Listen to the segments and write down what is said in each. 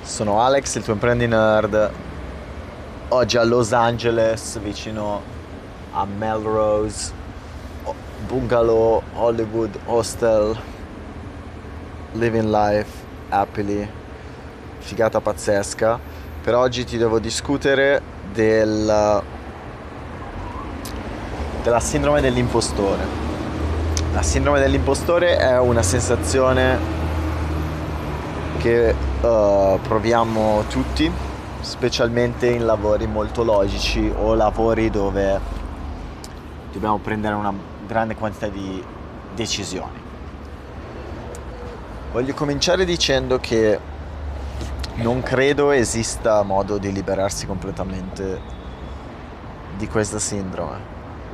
Sono Alex, il tuo Imprendi Nerd, oggi a Los Angeles, vicino a Melrose, bungalow, Hollywood, hostel, living life, happily, figata pazzesca. Per oggi ti devo discutere della sindrome dell'impostore. La sindrome dell'impostore è una sensazione che proviamo tutti, specialmente in lavori molto logici o lavori dove dobbiamo prendere una grande quantità di decisioni. Voglio cominciare dicendo che non credo esista modo di liberarsi completamente di questa sindrome.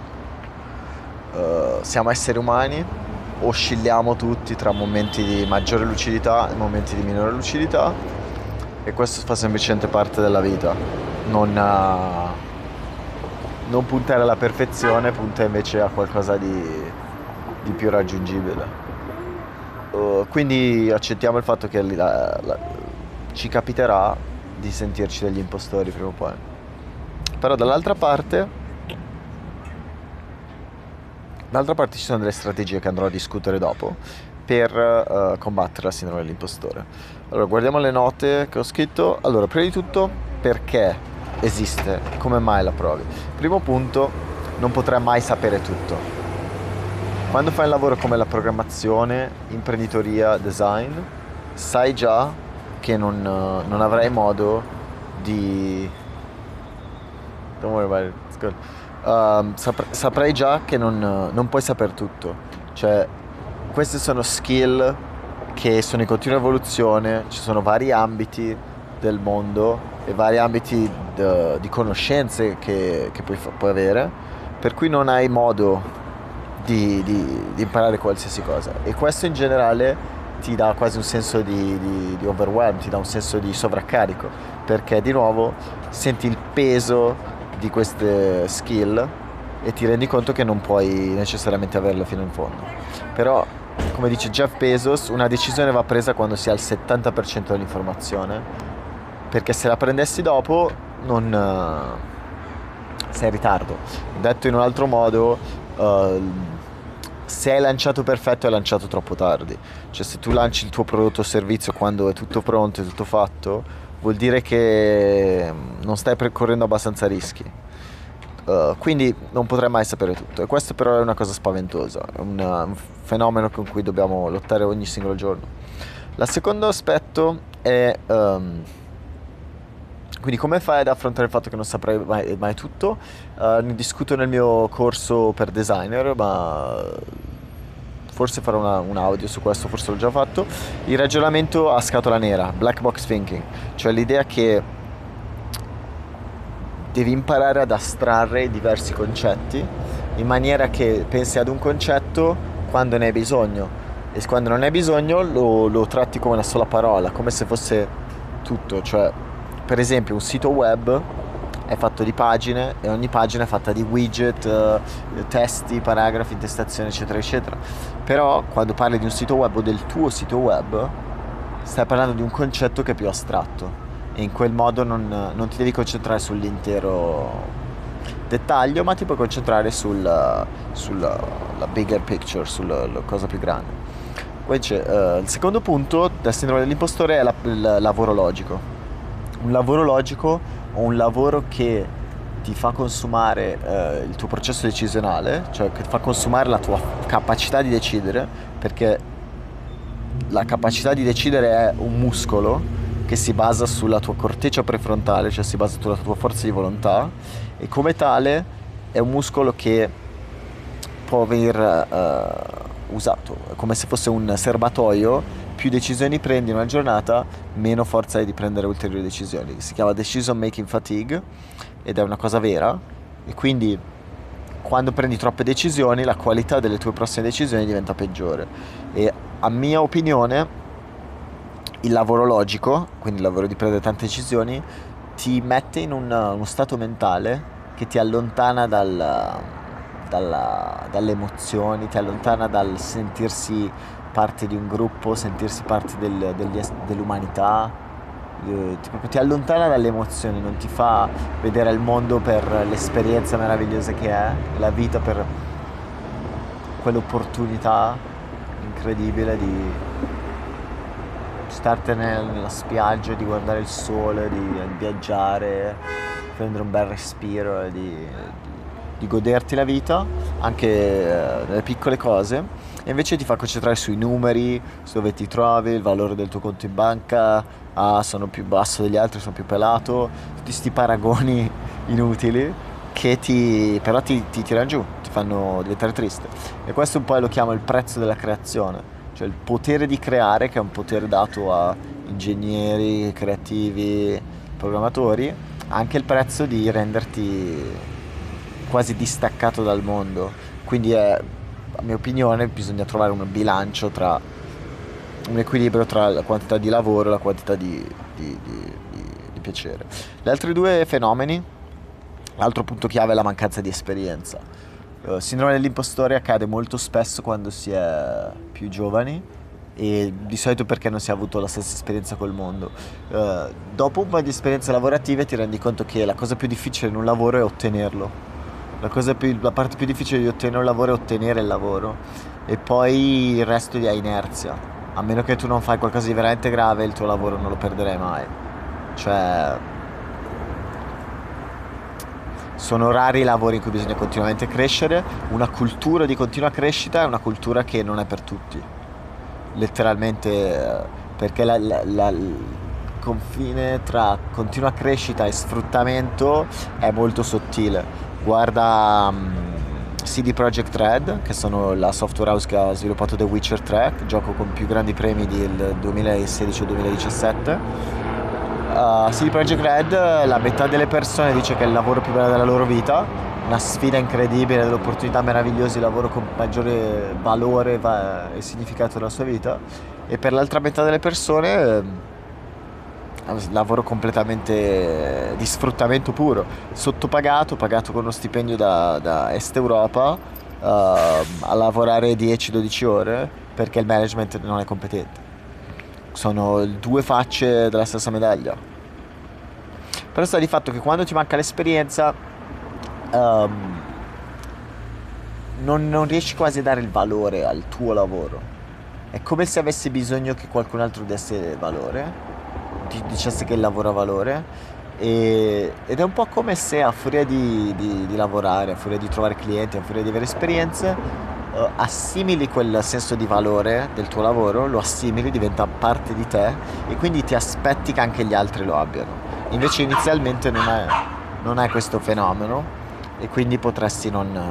Siamo esseri umani, oscilliamo tutti tra momenti di maggiore lucidità e momenti di minore lucidità, e questo fa semplicemente parte della vita. Non puntare alla perfezione, punta invece a qualcosa di più raggiungibile. Quindi accettiamo il fatto che ci capiterà di sentirci degli impostori prima o poi. Però D'altra parte ci sono delle strategie che andrò a discutere dopo per combattere la sindrome dell'impostore. Allora, guardiamo le note che ho scritto. Allora, prima di tutto, perché esiste? Come mai la provi? Primo punto, non potrai mai sapere tutto. Quando fai un lavoro come la programmazione, imprenditoria, design, sai già che non avrai modo di... Don't worry about it, it's good. Saprai già che non puoi sapere tutto. Cioè, queste sono skill che sono in continua evoluzione, ci sono vari ambiti del mondo e vari ambiti di conoscenze che puoi avere, per cui non hai modo di imparare qualsiasi cosa. E questo in generale ti dà quasi un senso di overwhelm, ti dà un senso di sovraccarico, perché di nuovo senti il peso di queste skill e ti rendi conto che non puoi necessariamente averle fino in fondo. Però, come dice Jeff Bezos, una decisione va presa quando si ha il 70% dell'informazione, perché se la prendessi dopo sei in ritardo. Detto in un altro modo, se hai lanciato perfetto, hai lanciato troppo tardi. Cioè, se tu lanci il tuo prodotto o servizio quando è tutto pronto, è tutto fatto, vuol dire che non stai correndo abbastanza rischi. Quindi non potrai mai sapere tutto, e questo però è una cosa spaventosa, è un fenomeno con cui dobbiamo lottare ogni singolo giorno. Il secondo aspetto è quindi come fai ad affrontare il fatto che non saprai mai tutto? Ne discuto nel mio corso per designer, ma forse farò un audio su questo, forse l'ho già fatto. Il ragionamento a scatola nera, black box thinking, cioè l'idea che devi imparare ad astrarre diversi concetti in maniera che pensi ad un concetto quando ne hai bisogno, e quando non ne hai bisogno lo tratti come una sola parola, come se fosse tutto. Cioè, per esempio, un sito web è fatto di pagine e ogni pagina è fatta di widget, testi, paragrafi, intestazioni, eccetera eccetera. Però quando parli di un sito web o del tuo sito web, stai parlando di un concetto che è più astratto, e in quel modo non ti devi concentrare sull'intero dettaglio, ma ti puoi concentrare sulla bigger picture, sulla cosa più grande. Poi c'è il secondo punto del sindrome dell'impostore è il lavoro logico. Un lavoro logico o un lavoro che ti fa consumare il tuo processo decisionale, cioè che ti fa consumare la tua capacità di decidere, perché la capacità di decidere è un muscolo che si basa sulla tua corteccia prefrontale, cioè si basa sulla tua forza di volontà, e come tale è un muscolo che può venire usato come se fosse un serbatoio. Più decisioni prendi in una giornata, meno forza hai di prendere ulteriori decisioni. Si chiama decision making fatigue ed è una cosa vera, e quindi quando prendi troppe decisioni la qualità delle tue prossime decisioni diventa peggiore. E a mia opinione il lavoro logico, quindi il lavoro di prendere tante decisioni, ti mette in uno stato mentale che ti allontana dalle emozioni, ti allontana dal sentirsi parte di un gruppo, sentirsi parte dell'umanità, proprio ti allontana dalle emozioni, non ti fa vedere il mondo per l'esperienza meravigliosa che è, la vita per quell'opportunità incredibile di startene nella spiaggia, di guardare il sole, di viaggiare, prendere un bel respiro e di goderti la vita anche nelle piccole cose. E invece ti fa concentrare sui numeri, su dove ti trovi, il valore del tuo conto in banca, ah, sono più basso degli altri, sono più pelato, tutti sti paragoni inutili che ti tirano giù, ti fanno diventare triste. E questo un po' lo chiamo il prezzo della creazione, cioè il potere di creare, che è un potere dato a ingegneri, creativi, programmatori, anche il prezzo di renderti quasi distaccato dal mondo. Quindi a mia opinione bisogna trovare un bilancio tra un equilibrio tra la quantità di lavoro e la quantità di piacere. Gli altri due fenomeni, l'altro punto chiave è la mancanza di esperienza. Sindrome dell'impostore accade molto spesso quando si è più giovani e di solito perché non si è avuto la stessa esperienza col mondo. Dopo un po' di esperienze lavorative ti rendi conto che la cosa più difficile in un lavoro è ottenerlo. La parte più difficile di ottenere un lavoro è ottenere il lavoro e poi il resto è inerzia. A meno che tu non fai qualcosa di veramente grave, il tuo lavoro non lo perderai mai. Cioè, sono rari i lavori in cui bisogna continuamente crescere. Una cultura di continua crescita è una cultura che non è per tutti. Letteralmente, perché il confine tra continua crescita e sfruttamento è molto sottile. Guarda CD Projekt Red, che sono la software house che ha sviluppato The Witcher 3, gioco con più grandi premi del 2016 o 2017. CD Projekt Red, la metà delle persone dice che è il lavoro più bello della loro vita, una sfida incredibile, delle opportunità meravigliose, il lavoro con maggiore valore e significato della sua vita, e per l'altra metà delle persone lavoro completamente di sfruttamento puro, sottopagato, pagato con uno stipendio da Est Europa, a lavorare 10-12 ore perché il management non è competente. Sono due facce della stessa medaglia. Però sta di fatto che quando ti manca l'esperienza, non riesci quasi a dare il valore al tuo lavoro. È come se avessi bisogno che qualcun altro desse valore, dicesse che il lavoro ha valore, ed è un po' come se a furia di lavorare, a furia di trovare clienti, a furia di avere esperienze, assimili quel senso di valore del tuo lavoro, lo assimili, diventa parte di te e quindi ti aspetti che anche gli altri lo abbiano. Invece inizialmente non è questo fenomeno e quindi potresti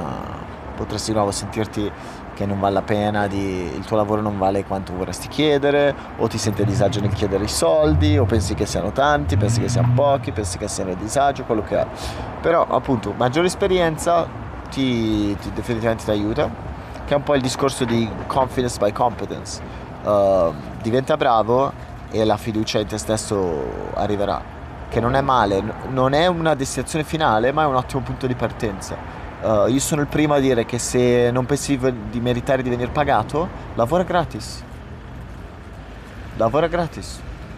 di nuovo sentirti che non vale la pena, il tuo lavoro non vale quanto vorresti chiedere, o ti senti a disagio nel chiedere i soldi, o pensi che siano tanti, pensi che siano pochi, pensi che siano a disagio, quello che è. Però appunto maggiore esperienza definitivamente ti aiuta, che è un po' il discorso di confidence by competence. Diventa bravo e la fiducia in te stesso arriverà, che non è male, non è una destinazione finale, ma è un ottimo punto di partenza. Io sono il primo a dire che se non pensi di meritare di venire pagato, lavora gratis. Lavora gratis.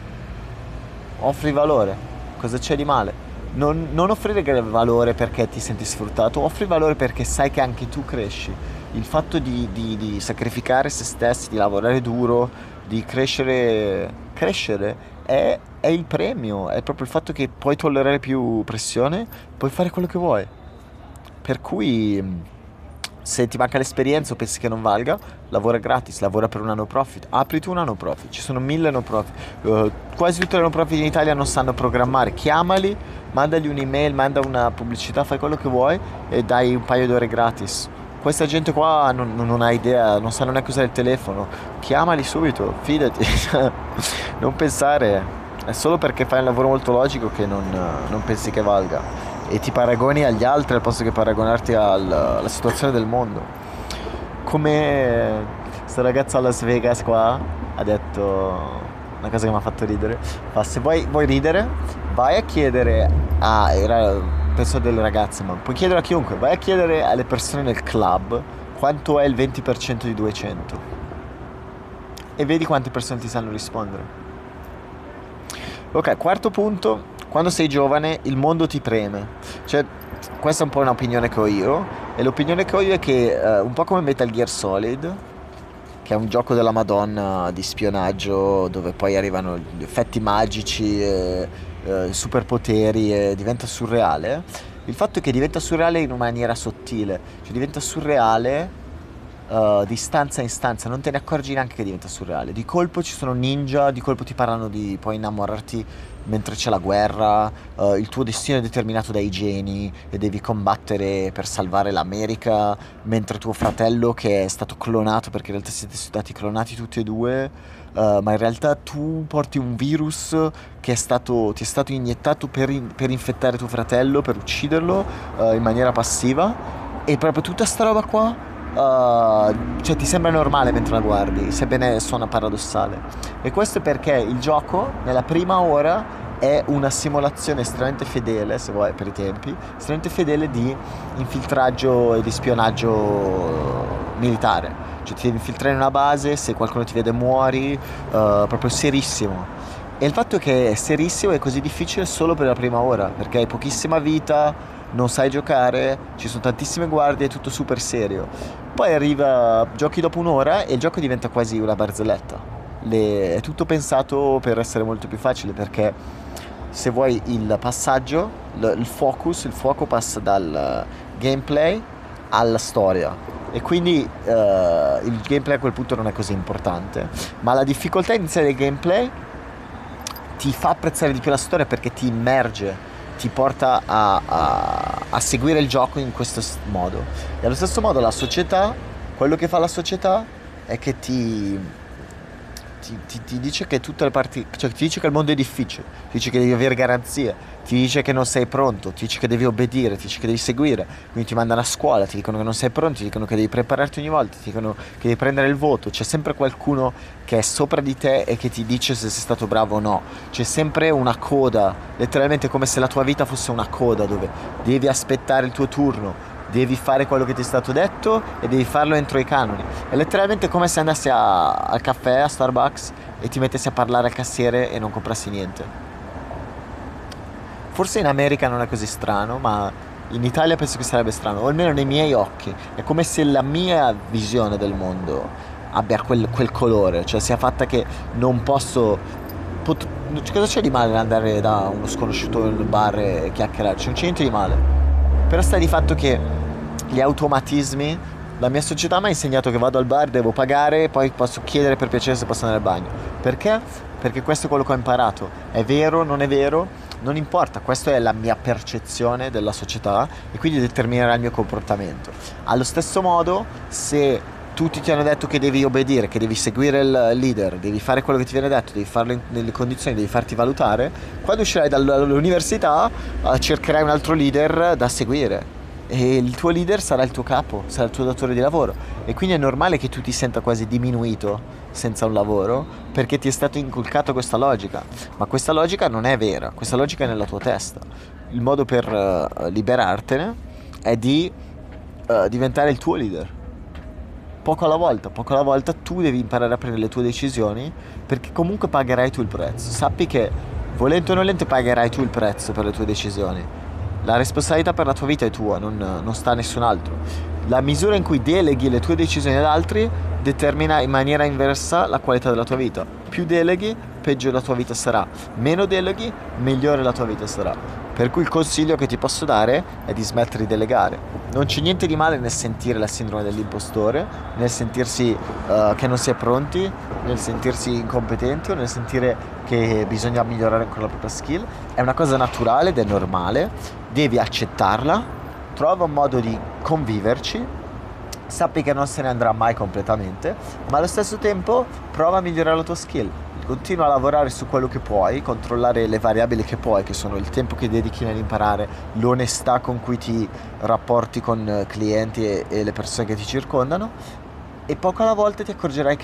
Offri valore. Cosa c'è di male? Non offrire valore perché ti senti sfruttato, offri valore perché sai che anche tu cresci. Il fatto di sacrificare se stessi, di lavorare duro, di crescere è il premio, è proprio il fatto che puoi tollerare più pressione, puoi fare quello che vuoi. Per cui se ti manca l'esperienza o pensi che non valga, lavora gratis, lavora per una no profit, apriti una no profit, ci sono 1000 no profit, quasi tutte le no profit in Italia non sanno programmare, chiamali, mandagli un'email, manda una pubblicità, fai quello che vuoi e dai un paio d'ore gratis. Questa gente qua non ha idea, non sanno neanche usare il telefono, chiamali subito, fidati, non pensare, è solo perché fai un lavoro molto logico che non pensi che valga e ti paragoni agli altri al posto che paragonarti alla situazione del mondo. Come sto ragazzo a Las Vegas qua ha detto una cosa che mi ha fatto ridere, fa: se vuoi ridere vai a chiedere penso delle ragazze, ma puoi chiedere a chiunque, vai a chiedere alle persone nel club quanto è il 20% di 200 e vedi quante persone ti sanno rispondere. Ok, quarto punto, quando sei giovane il mondo ti preme. Cioè, questa è un po' un'opinione che ho io, e l'opinione che ho io è che un po' come Metal Gear Solid, che è un gioco della Madonna di spionaggio dove poi arrivano gli effetti magici, superpoteri e diventa surreale. Il fatto è che diventa surreale in una maniera sottile, cioè diventa surreale di stanza in stanza, non te ne accorgi neanche che diventa surreale. Di colpo ci sono ninja, di colpo ti parlano di puoi innamorarti mentre c'è la guerra, il tuo destino è determinato dai geni e devi combattere per salvare l'America, mentre tuo fratello che è stato clonato, perché in realtà siete stati clonati tutti e due, ma in realtà tu porti un virus che ti è stato iniettato per infettare tuo fratello, per ucciderlo in maniera passiva. E proprio tutta sta roba qua cioè ti sembra normale mentre la guardi, sebbene suona paradossale. E questo è perché il gioco, nella prima ora, è una simulazione estremamente fedele, se vuoi, per i tempi, estremamente fedele di infiltraggio e di spionaggio militare. Cioè ti devi infiltrare in una base, se qualcuno ti vede muori, proprio serissimo. E il fatto che è serissimo è così difficile solo per la prima ora, perché hai pochissima vita, non sai giocare, ci sono tantissime guardie, è tutto super serio. Poi arriva, giochi dopo un'ora e il gioco diventa quasi una barzelletta. È tutto pensato per essere molto più facile perché se vuoi il passaggio, il fuoco passa dal gameplay alla storia. E quindi il gameplay a quel punto non è così importante. Ma la difficoltà iniziale del gameplay ti fa apprezzare di più la storia perché ti immerge, ti porta a seguire il gioco in questo modo. E allo stesso modo la società, quello che fa la società è che ti dice che tutte le parti, cioè ti dice che il mondo è difficile, ti dice che devi avere garanzie, ti dice che non sei pronto, ti dice che devi obbedire, ti dice che devi seguire, quindi ti mandano a scuola, ti dicono che non sei pronto, ti dicono che devi prepararti ogni volta, ti dicono che devi prendere il voto, c'è sempre qualcuno che è sopra di te e che ti dice se sei stato bravo o no, c'è sempre una coda, letteralmente come se la tua vita fosse una coda dove devi aspettare il tuo turno, devi fare quello che ti è stato detto e devi farlo entro i canoni. È letteralmente come se andassi al caffè, a Starbucks e ti mettessi a parlare al cassiere e non comprassi niente. Forse in America non è così strano, ma in Italia penso che sarebbe strano, o almeno nei miei occhi. È come se la mia visione del mondo abbia quel colore, cioè sia fatta che non posso... cosa c'è di male nell'andare da uno sconosciuto nel bar e chiacchierare? Non c'è niente di male. Però sta di fatto che gli automatismi, la mia società mi ha insegnato che vado al bar, devo pagare, poi posso chiedere per piacere se posso andare al bagno. Perché? Perché questo è quello che ho imparato. È vero, non è vero? Non importa, questa è la mia percezione della società e quindi determinerà il mio comportamento. Allo stesso modo, se tutti ti hanno detto che devi obbedire, che devi seguire il leader, devi fare quello che ti viene detto, devi farlo nelle condizioni, devi farti valutare, quando uscirai dall'università cercherai un altro leader da seguire. E il tuo leader sarà il tuo capo, sarà il tuo datore di lavoro. E quindi è normale che tu ti senta quasi diminuito senza un lavoro perché ti è stato inculcato questa logica. Ma questa logica non è vera, questa logica è nella tua testa. Il modo per liberartene è di diventare il tuo leader. Poco alla volta tu devi imparare a prendere le tue decisioni perché comunque pagherai tu il prezzo. Sappi che volente o nolente pagherai tu il prezzo per le tue decisioni. La responsabilità per la tua vita è tua, non sta a nessun altro. La misura in cui deleghi le tue decisioni ad altri determina in maniera inversa la qualità della tua vita. Più deleghi, peggio la tua vita sarà. Meno deleghi, migliore la tua vita sarà. Per cui il consiglio che ti posso dare è di smettere di delegare. Non c'è niente di male nel sentire la sindrome dell'impostore, nel sentirsi che non si è pronti, nel sentirsi incompetenti o nel sentire che bisogna migliorare ancora la propria skill. È una cosa naturale ed è normale, devi accettarla, trova un modo di conviverci, sappi che non se ne andrà mai completamente, ma allo stesso tempo prova a migliorare la tua skill. Continua a lavorare su quello che puoi, controllare le variabili che puoi, che sono il tempo che dedichi nell'imparare, l'onestà con cui ti rapporti con clienti e le persone che ti circondano, e poco alla volta ti accorgerai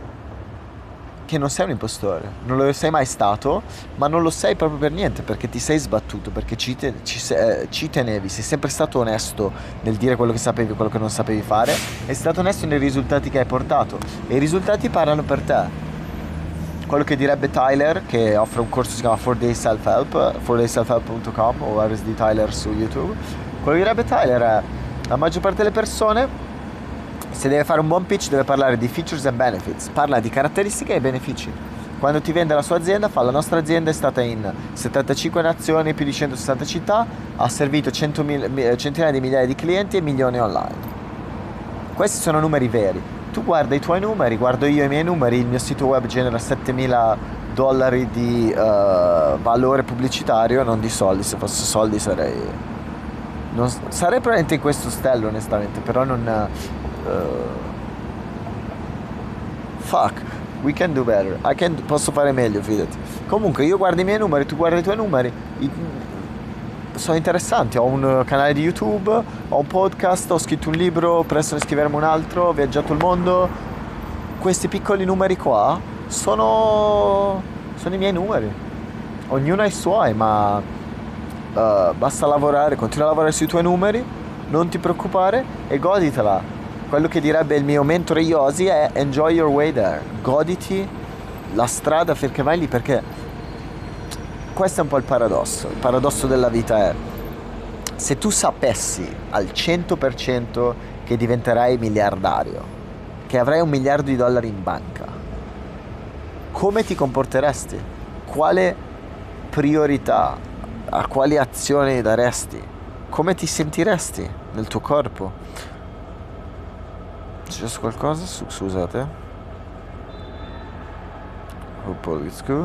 che non sei un impostore, non lo sei mai stato, ma non lo sei proprio per niente, perché ti sei sbattuto, perché ci tenevi, sei sempre stato onesto nel dire quello che sapevi e quello che non sapevi fare, e sei stato onesto nei risultati che hai portato, e i risultati parlano per te. quello che direbbe Tyler, che offre un corso che si chiama 4Day Self-Help, 4dayselfhelp.com o RSD Tyler su YouTube. Quello che direbbe Tyler è: la maggior parte delle persone, se deve fare un buon pitch, deve parlare di features and benefits, parla di caratteristiche e benefici. Quando ti vende la sua azienda, fa: la nostra azienda è stata in 75 nazioni, più di 160 città, ha servito centinaia di migliaia di clienti e milioni online. Questi sono numeri veri. Tu guarda i tuoi numeri, guardo io i miei numeri, il mio sito web genera $7.000 di valore pubblicitario, non di soldi. Se fosse soldi sarei probabilmente in questo stello, onestamente, però non fuck, we can do better. Posso fare meglio, fidati. Comunque io guardo i miei numeri, tu guardi i tuoi numeri, sono interessanti. Ho un canale di YouTube, ho un podcast, ho scritto un libro, presto ne scriveremo un altro, ho viaggiato il mondo. Questi piccoli numeri qua sono i miei numeri. Ognuno ha i suoi, ma basta lavorare, continua a lavorare sui tuoi numeri, non ti preoccupare e goditela. Quello che direbbe il mio mentore Yosi è: enjoy your way there. Goditi la strada finché vai lì, perché questo è un po' il paradosso. Il paradosso della vita è: se tu sapessi al 100% che diventerai miliardario, che avrai $1 miliardo in banca, come ti comporteresti? Quale priorità, a quali azioni daresti? Come ti sentiresti nel tuo corpo? C'è successo qualcosa? Scusate. Hope all is good.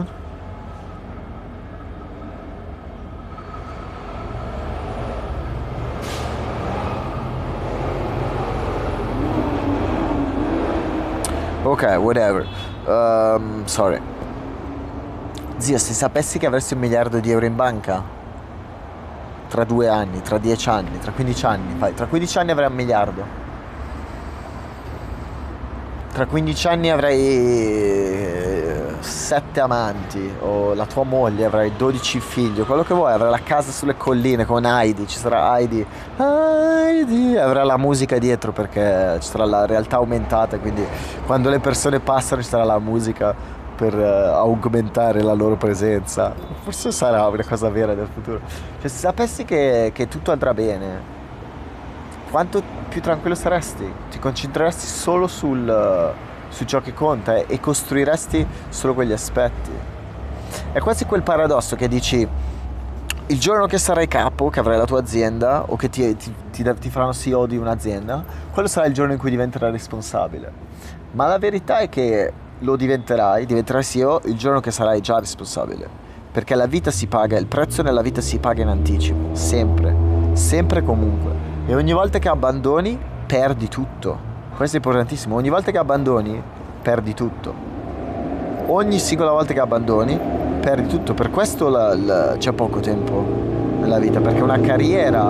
Ok, whatever. Sorry. Zio, se sapessi che avresti $1 miliardo in banca, tra 2 anni, tra 10 anni, tra 15 anni, tra 15 anni avrai $1 miliardo. Tra 15 anni avrai 7 amanti, o la tua moglie, avrai 12 figli, quello che vuoi, avrai la casa sulle colline con Heidi, ci sarà Heidi, avrà la musica dietro perché ci sarà la realtà aumentata, quindi quando le persone passano ci sarà la musica per aumentare la loro presenza. Forse sarà una cosa vera del futuro. Cioè, se sapessi che tutto andrà bene, quanto più tranquillo saresti, ti concentreresti solo su ciò che conta e costruiresti solo quegli aspetti. È quasi quel paradosso che dici: il giorno che sarai capo, che avrai la tua azienda o che ti faranno CEO di un'azienda, quello sarà il giorno in cui diventerai responsabile. Ma la verità è che diventerai CEO il giorno che sarai già responsabile, perché la vita si paga, il prezzo nella vita si paga in anticipo, sempre, sempre e comunque. E ogni volta che abbandoni, perdi tutto. Questo è importantissimo. Ogni volta che abbandoni, perdi tutto. Ogni singola volta che abbandoni, perdi tutto. Per questo c'è poco tempo nella vita, perché una carriera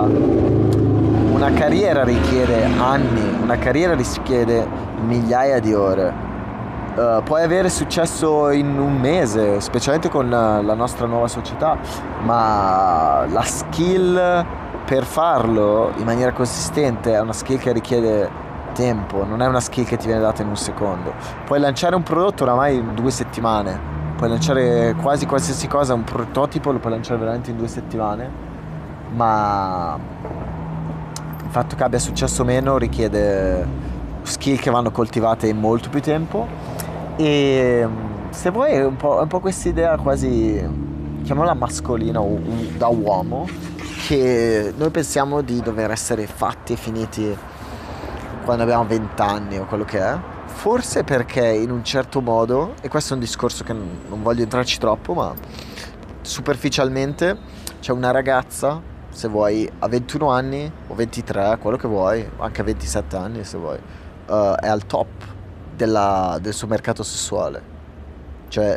richiede anni, una carriera richiede migliaia di ore. Puoi avere successo in un mese, specialmente con la nostra nuova società, ma la skill per farlo in maniera consistente è una skill che richiede tempo, non è una skill che ti viene data in un secondo. Puoi lanciare un prodotto oramai in 2 settimane, puoi lanciare quasi qualsiasi cosa, un prototipo lo puoi lanciare veramente in 2 settimane, ma il fatto che abbia successo o meno richiede skill che vanno coltivate in molto più tempo. E se vuoi è un po' questa idea quasi, chiamiamola mascolina o da uomo, che noi pensiamo di dover essere fatti e finiti quando abbiamo 20 anni o quello che è. Forse perché in un certo modo, e questo è un discorso che non voglio entrarci troppo, ma superficialmente c'è una ragazza, se vuoi, a 21 anni o 23, quello che vuoi, anche a 27 anni se vuoi, è al top del suo mercato sessuale. Cioè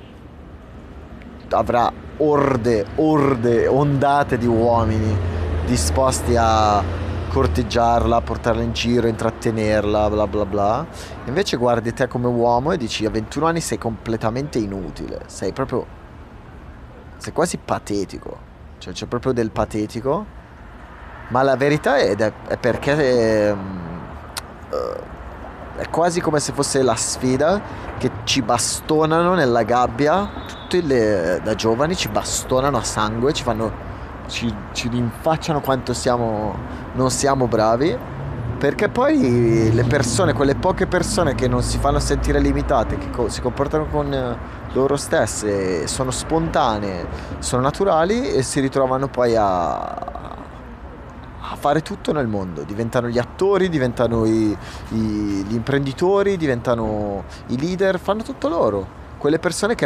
avrà ondate di uomini disposti a corteggiarla, portarla in giro, intrattenerla, bla bla bla. Invece guardi te come uomo e dici: a 21 anni sei completamente inutile, sei quasi patetico, cioè c'è proprio del patetico. Ma la verità è perché è quasi come se fosse la sfida, che ci bastonano nella gabbia, da giovani ci bastonano a sangue, ci rinfacciano quanto non siamo bravi, perché poi le persone, quelle poche persone che non si fanno sentire limitate, che si comportano con loro stesse, sono spontanee, sono naturali e si ritrovano poi a fare tutto nel mondo, diventano gli attori, diventano gli imprenditori, diventano i leader, fanno tutto loro. Quelle persone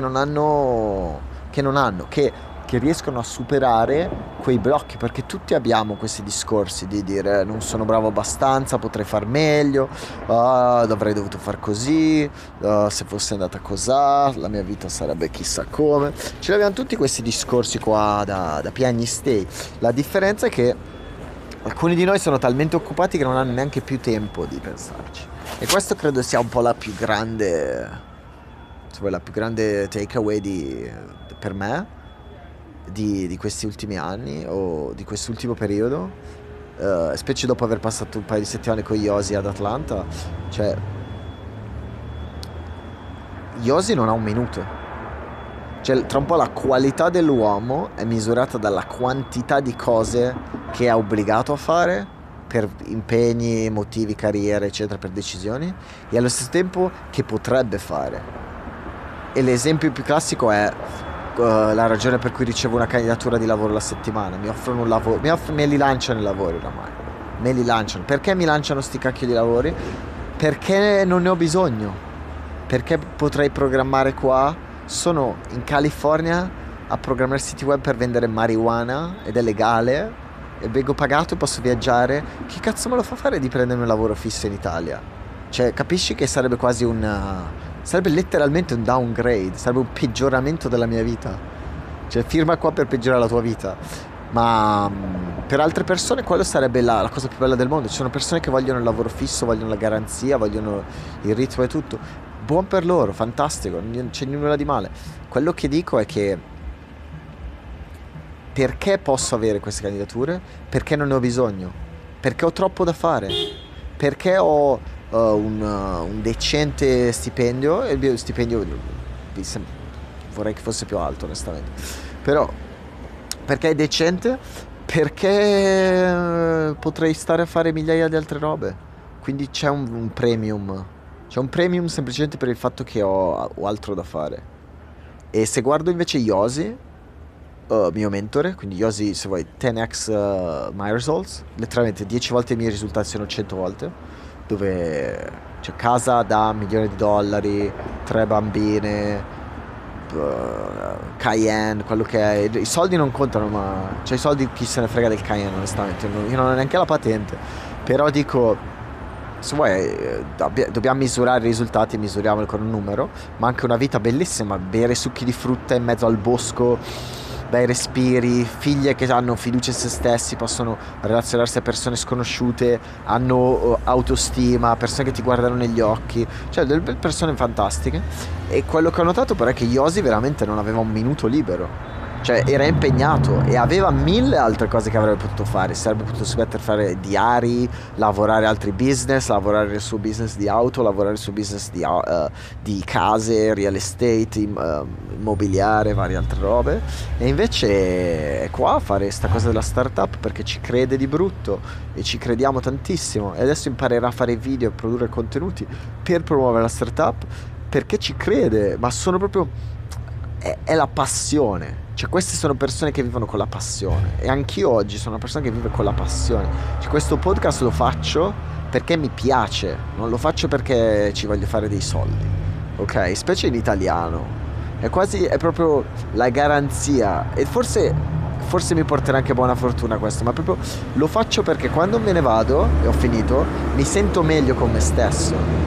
che riescono a superare quei blocchi, perché tutti abbiamo questi discorsi di dire non sono bravo abbastanza, potrei far meglio, avrei dovuto far così, se fosse andata così, la mia vita sarebbe chissà come. Ce l'abbiamo tutti questi discorsi qua da piagnistei. La differenza è che alcuni di noi sono talmente occupati che non hanno neanche più tempo di pensarci. E questo credo sia un po' la più grande, se vuoi, la più grande takeaway per me di questi ultimi anni o di quest'ultimo periodo, specie dopo aver passato un paio di settimane con Yosi ad Atlanta. Cioè, Yosi non ha un minuto. Cioè, tra un po' la qualità dell'uomo è misurata dalla quantità di cose che è obbligato a fare per impegni, motivi, carriere, eccetera, per decisioni, e allo stesso tempo che potrebbe fare. E l'esempio più classico è la ragione per cui ricevo una candidatura di lavoro la settimana. Mi offrono un lavoro, me li lanciano i lavori oramai. Me li lanciano. Perché mi lanciano sti cacchio di lavori? Perché non ne ho bisogno. Perché potrei programmare qua. Sono in California a programmare siti web per vendere marijuana ed è legale e vengo pagato e posso viaggiare. Chi cazzo me lo fa fare di prendermi un lavoro fisso in Italia? Cioè, capisci che sarebbe quasi sarebbe letteralmente un downgrade, sarebbe un peggioramento della mia vita. Cioè, firma qua per peggiorare la tua vita. Ma per altre persone quello sarebbe la cosa più bella del mondo. Ci sono persone che vogliono il lavoro fisso, vogliono la garanzia, vogliono il ritmo e tutto. Buon per loro, fantastico, non c'è nulla di male. Quello che dico è che perché posso avere queste candidature? Perché non ne ho bisogno. Perché ho troppo da fare. Perché ho un decente stipendio, e il mio stipendio vorrei che fosse più alto, onestamente. Però perché è decente? Perché potrei stare a fare migliaia di altre robe. Quindi c'è un premium. C'è un premium semplicemente per il fatto che ho altro da fare. E se guardo invece Yosi, mio mentore, quindi Yosi, se vuoi, 10x my results, letteralmente 10 volte i miei risultati sono 100 volte, dove c'è casa da $1.000.000, 3 bambine, Cayenne, quello che è. I soldi non contano, ma cioè i soldi chi se ne frega del Cayenne, onestamente. Io non ho neanche la patente, però dico, se vuoi, dobbiamo misurare i risultati, misuriamoli con un numero, ma anche una vita bellissima, bere succhi di frutta in mezzo al bosco, bei respiri, figlie che hanno fiducia in se stessi, possono relazionarsi a persone sconosciute, hanno autostima, persone che ti guardano negli occhi, cioè delle persone fantastiche. E quello che ho notato però è che Yosi veramente non aveva un minuto libero. Cioè era impegnato e aveva 1000 altre cose che avrebbe potuto fare. Sarebbe potuto smettere di fare diari, lavorare altri business, lavorare il suo business di auto, lavorare il suo business di case, real estate, immobiliare, varie altre robe. E invece è qua a fare sta cosa della startup perché ci crede di brutto e ci crediamo tantissimo. E adesso imparerà a fare video e produrre contenuti per promuovere la startup perché ci crede, ma sono proprio... È la passione. Cioè queste sono persone che vivono con la passione. E anch'io oggi sono una persona che vive con la passione. Cioè questo podcast lo faccio perché mi piace, non lo faccio perché ci voglio fare dei soldi. Ok? Specie in italiano. È proprio la garanzia. E forse mi porterà anche buona fortuna questo, ma proprio lo faccio perché quando me ne vado e ho finito mi sento meglio con me stesso.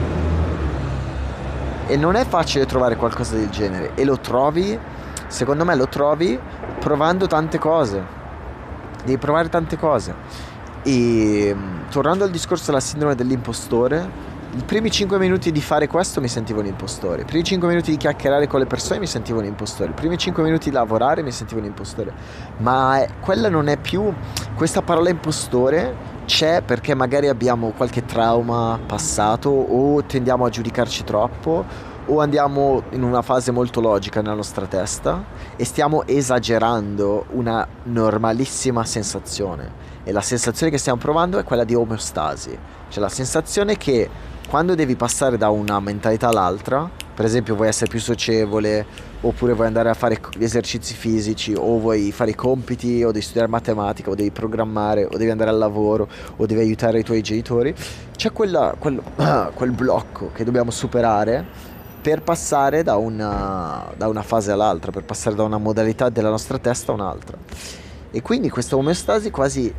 E non è facile trovare qualcosa del genere. E lo trovi, secondo me lo trovi provando tante cose. Devi provare tante cose. E tornando al discorso della sindrome dell'impostore, i primi 5 minuti di fare questo mi sentivo un impostore. I primi 5 minuti di chiacchierare con le persone mi sentivo un impostore. I primi 5 minuti di lavorare mi sentivo un impostore. Ma quella non è più... Questa parola impostore c'è perché magari abbiamo qualche trauma passato o tendiamo a giudicarci troppo o andiamo in una fase molto logica nella nostra testa e stiamo esagerando una normalissima sensazione. E la sensazione che stiamo provando è quella di omeostasi, cioè la sensazione che quando devi passare da una mentalità all'altra, per esempio vuoi essere più socievole, oppure vuoi andare a fare gli esercizi fisici, o vuoi fare i compiti, o devi studiare matematica, o devi programmare, o devi andare al lavoro, o devi aiutare i tuoi genitori, c'è quel blocco che dobbiamo superare per passare da una fase all'altra, per passare da una modalità della nostra testa a un'altra. E quindi questa omeostasi quasi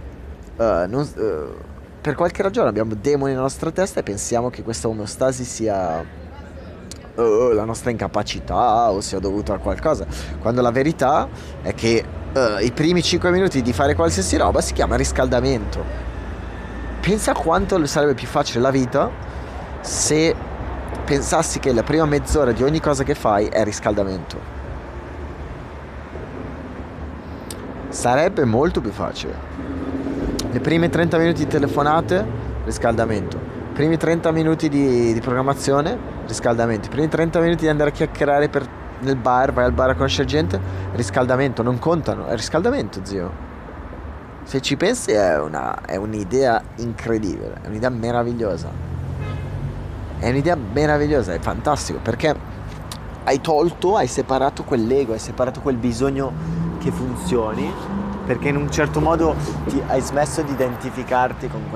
per qualche ragione abbiamo demoni nella nostra testa e pensiamo che questa omeostasi sia la nostra incapacità o sia dovuta a qualcosa, quando la verità è che i primi 5 minuti di fare qualsiasi roba si chiama riscaldamento. Pensa a quanto sarebbe più facile la vita se pensassi che la prima mezz'ora di ogni cosa che fai è riscaldamento. Sarebbe molto più facile. Le prime 30 minuti di telefonate, riscaldamento. I primi 30 minuti di programmazione, riscaldamento. I primi 30 minuti di andare a chiacchierare nel bar, vai al bar a conoscere gente, riscaldamento. Non contano, è riscaldamento, zio. Se ci pensi è un'idea incredibile, è un'idea meravigliosa. È un'idea meravigliosa, è fantastico, perché hai separato quell'ego, hai separato quel bisogno che funzioni, perché in un certo modo hai smesso di identificarti con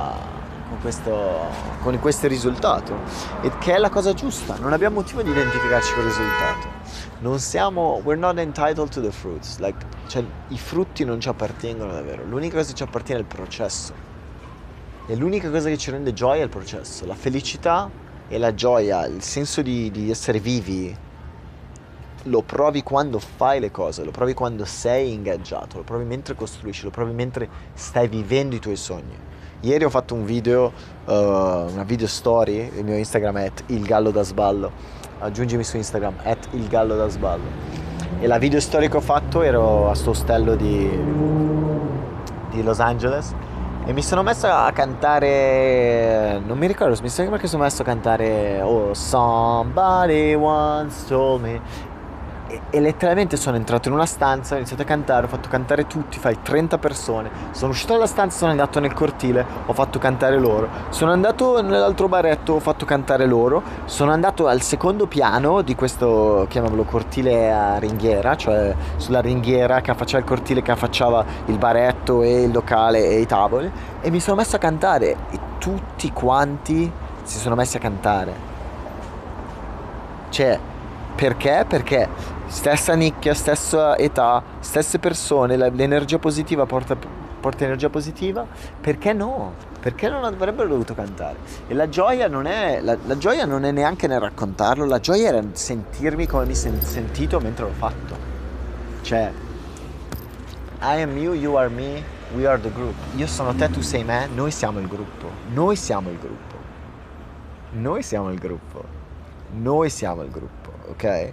questo risultato, e che è la cosa giusta. Non abbiamo motivo di identificarci con il risultato. We're not entitled to the fruits, cioè i frutti non ci appartengono davvero. L'unica cosa che ci appartiene è il processo, e l'unica cosa che ci rende gioia è il processo. La felicità e la gioia, il senso di essere vivi, lo provi quando fai le cose, lo provi quando sei ingaggiato, lo provi mentre costruisci, lo provi mentre stai vivendo i tuoi sogni. Ieri ho fatto un video, una video story, il mio Instagram è @ilgallodasballo, aggiungimi su Instagram @ilgallodasballo, e la video story che ho fatto ero a sto ostello di Los Angeles e mi sono messo a cantare, non mi ricordo, mi sembra che sono messo a cantare Oh Somebody Once Told Me, e letteralmente sono entrato in una stanza, ho iniziato a cantare, ho fatto cantare tutti, fai 30 persone, sono uscito dalla stanza, sono andato nel cortile, ho fatto cantare loro, sono andato nell'altro baretto, ho fatto cantare loro, sono andato al secondo piano di questo, chiamiamolo cortile a ringhiera, cioè sulla ringhiera che affacciava il cortile, che affacciava il baretto e il locale e i tavoli, e mi sono messo a cantare e tutti quanti si sono messi a cantare. Perché? Perché stessa nicchia, stessa età, stesse persone, l'energia positiva porta energia positiva, perché no? Perché non avrebbero dovuto cantare? E la gioia non è neanche nel raccontarlo, la gioia era sentirmi come mi sentito mentre l'ho fatto. Cioè, I am you, you are me, we are the group. Io sono te, tu sei me, noi siamo il gruppo. Noi siamo il gruppo. Noi siamo il gruppo. Noi siamo il gruppo. Ok?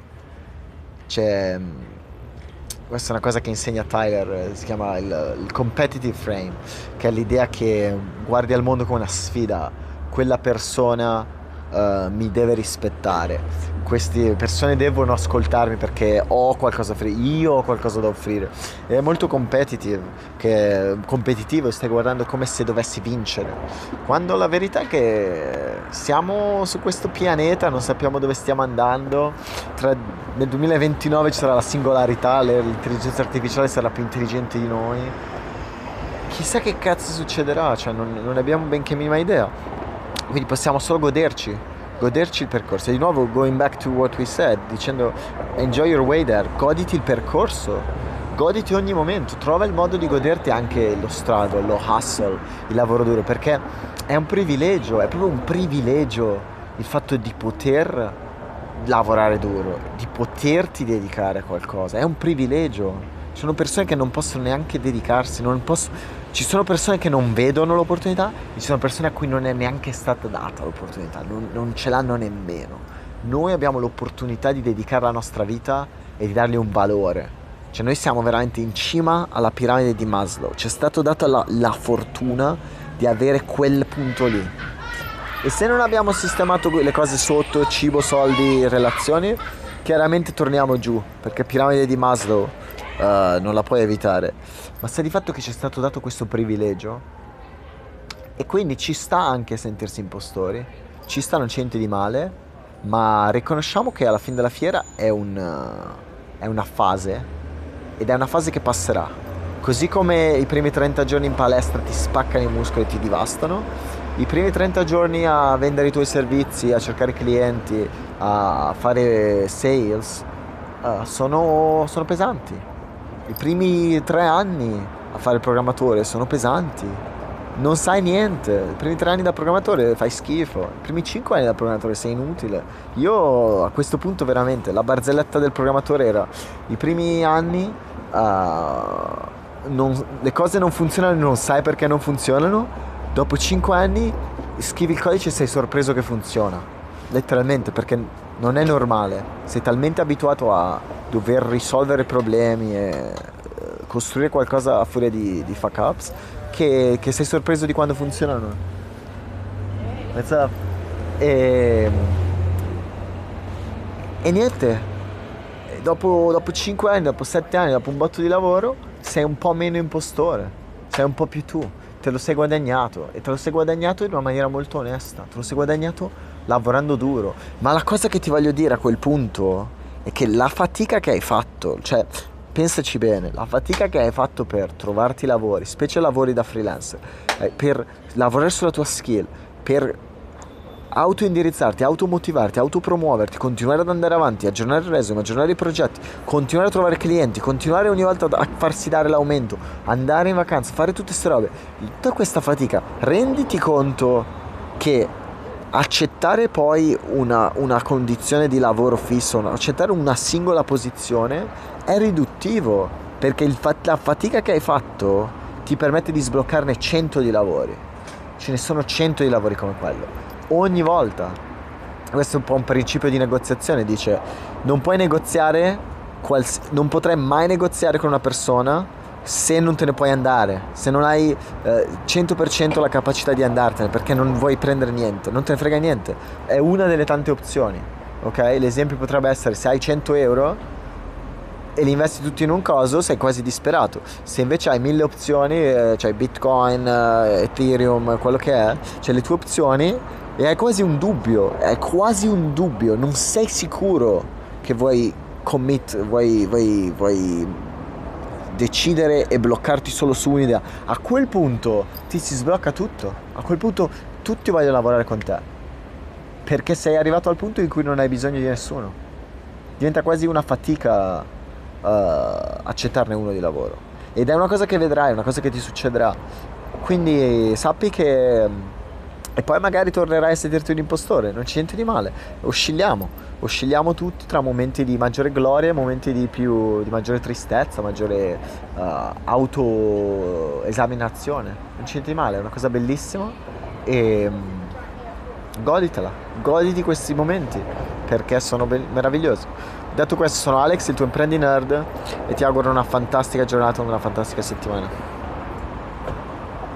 Questa è una cosa che insegna Tyler, si chiama il competitive frame, che è l'idea che guardi al mondo come una sfida. Quella persona mi deve rispettare, queste persone devono ascoltarmi perché ho qualcosa da offrire, io ho qualcosa da offrire. È molto competitivo, stai guardando come se dovessi vincere, quando la verità è che siamo su questo pianeta, non sappiamo dove stiamo andando. Nel 2029 ci sarà la singolarità, l'intelligenza artificiale sarà più intelligente di noi, chissà che cazzo succederà, cioè non abbiamo benché minima idea, quindi possiamo solo goderci il percorso. E di nuovo, going back to what we said, dicendo enjoy your way there, goditi il percorso, goditi ogni momento, trova il modo di goderti anche lo struggle, lo hustle, il lavoro duro, perché è un privilegio, è proprio un privilegio il fatto di poter lavorare duro, di poterti dedicare a qualcosa, è un privilegio. Ci sono persone che non possono neanche dedicarsi, ci sono persone che non vedono l'opportunità, e ci sono persone a cui non è neanche stata data l'opportunità, non ce l'hanno nemmeno. Noi abbiamo l'opportunità di dedicare la nostra vita e di dargli un valore. Cioè noi siamo veramente in cima alla piramide di Maslow. Ci è stata data la fortuna di avere quel punto lì. E se non abbiamo sistemato le cose sotto, cibo, soldi, relazioni, chiaramente torniamo giù, perché piramide di Maslow non la puoi evitare. Ma sta di fatto che ci è stato dato questo privilegio, e quindi ci sta anche sentirsi impostori, ci sta, non c'è niente di male, ma riconosciamo che alla fine della fiera è una fase, ed è una fase che passerà. Così come i primi 30 giorni in palestra ti spaccano i muscoli e ti devastano, i primi 30 giorni a vendere i tuoi servizi, a cercare clienti, a fare sales, sono pesanti. I primi 3 anni a fare il programmatore sono pesanti. Non sai niente. I primi 3 anni da programmatore fai schifo. I primi 5 anni da programmatore sei inutile. Io a questo punto veramente la barzelletta del programmatore era: i primi anni le cose non funzionano e non sai perché non funzionano. Dopo 5 anni scrivi il codice e sei sorpreso che funziona. Letteralmente, perché non è normale. Sei talmente abituato a dover risolvere problemi e costruire qualcosa a furia di fuck ups che sei sorpreso di quando funzionano. What's up? E, e niente, dopo 5 anni, dopo 7 anni, dopo un botto di lavoro, sei un po' meno impostore, sei un po' più tu, te lo sei guadagnato, e te lo sei guadagnato in una maniera molto onesta, te lo sei guadagnato lavorando duro. Ma la cosa che ti voglio dire a quel punto è che la fatica che hai fatto, cioè pensaci bene, la fatica che hai fatto per trovarti lavori, specie lavori da freelancer, per lavorare sulla tua skill, per autoindirizzarti, automotivarti, autopromuoverti, continuare ad andare avanti, aggiornare il resume, aggiornare i progetti, continuare a trovare clienti, continuare ogni volta a farsi dare l'aumento, andare in vacanza, fare tutte queste robe, tutta questa fatica, renditi conto che accettare poi una condizione di lavoro fisso, accettare una singola posizione è riduttivo, perché la fatica che hai fatto ti permette di sbloccarne 100 di lavori. Ce ne sono 100 di lavori come quello ogni volta. Questo è un po' un principio di negoziazione, dice: non puoi negoziare, non potrai mai negoziare con una persona se non te ne puoi andare, se non hai 100% la capacità di andartene, perché non vuoi prendere niente, non te ne frega niente. È una delle tante opzioni, ok? L'esempio potrebbe essere: se hai 100 euro e li investi tutti in un coso, sei quasi disperato. Se invece hai 1000 opzioni, c'hai Bitcoin, Ethereum, quello che è, c'hai le tue opzioni e hai quasi un dubbio, non sei sicuro che vuoi decidere e bloccarti solo su un'idea. A quel punto ti si sblocca tutto, a quel punto tutti vogliono lavorare con te, perché sei arrivato al punto in cui non hai bisogno di nessuno. Diventa quasi una fatica accettarne uno di lavoro, ed è una cosa che vedrai, una cosa che ti succederà. Quindi sappi che e poi magari tornerai a sentirti un impostore, non c'è niente di male. Oscilliamo tutti tra momenti di maggiore gloria e momenti di maggiore tristezza, maggiore autoesaminazione. Non c'è niente di male, è una cosa bellissima, e goditi questi momenti, perché sono meravigliosi. Detto questo, sono Alex, il tuo Imprendi Nerd, e ti auguro una fantastica giornata, una fantastica settimana.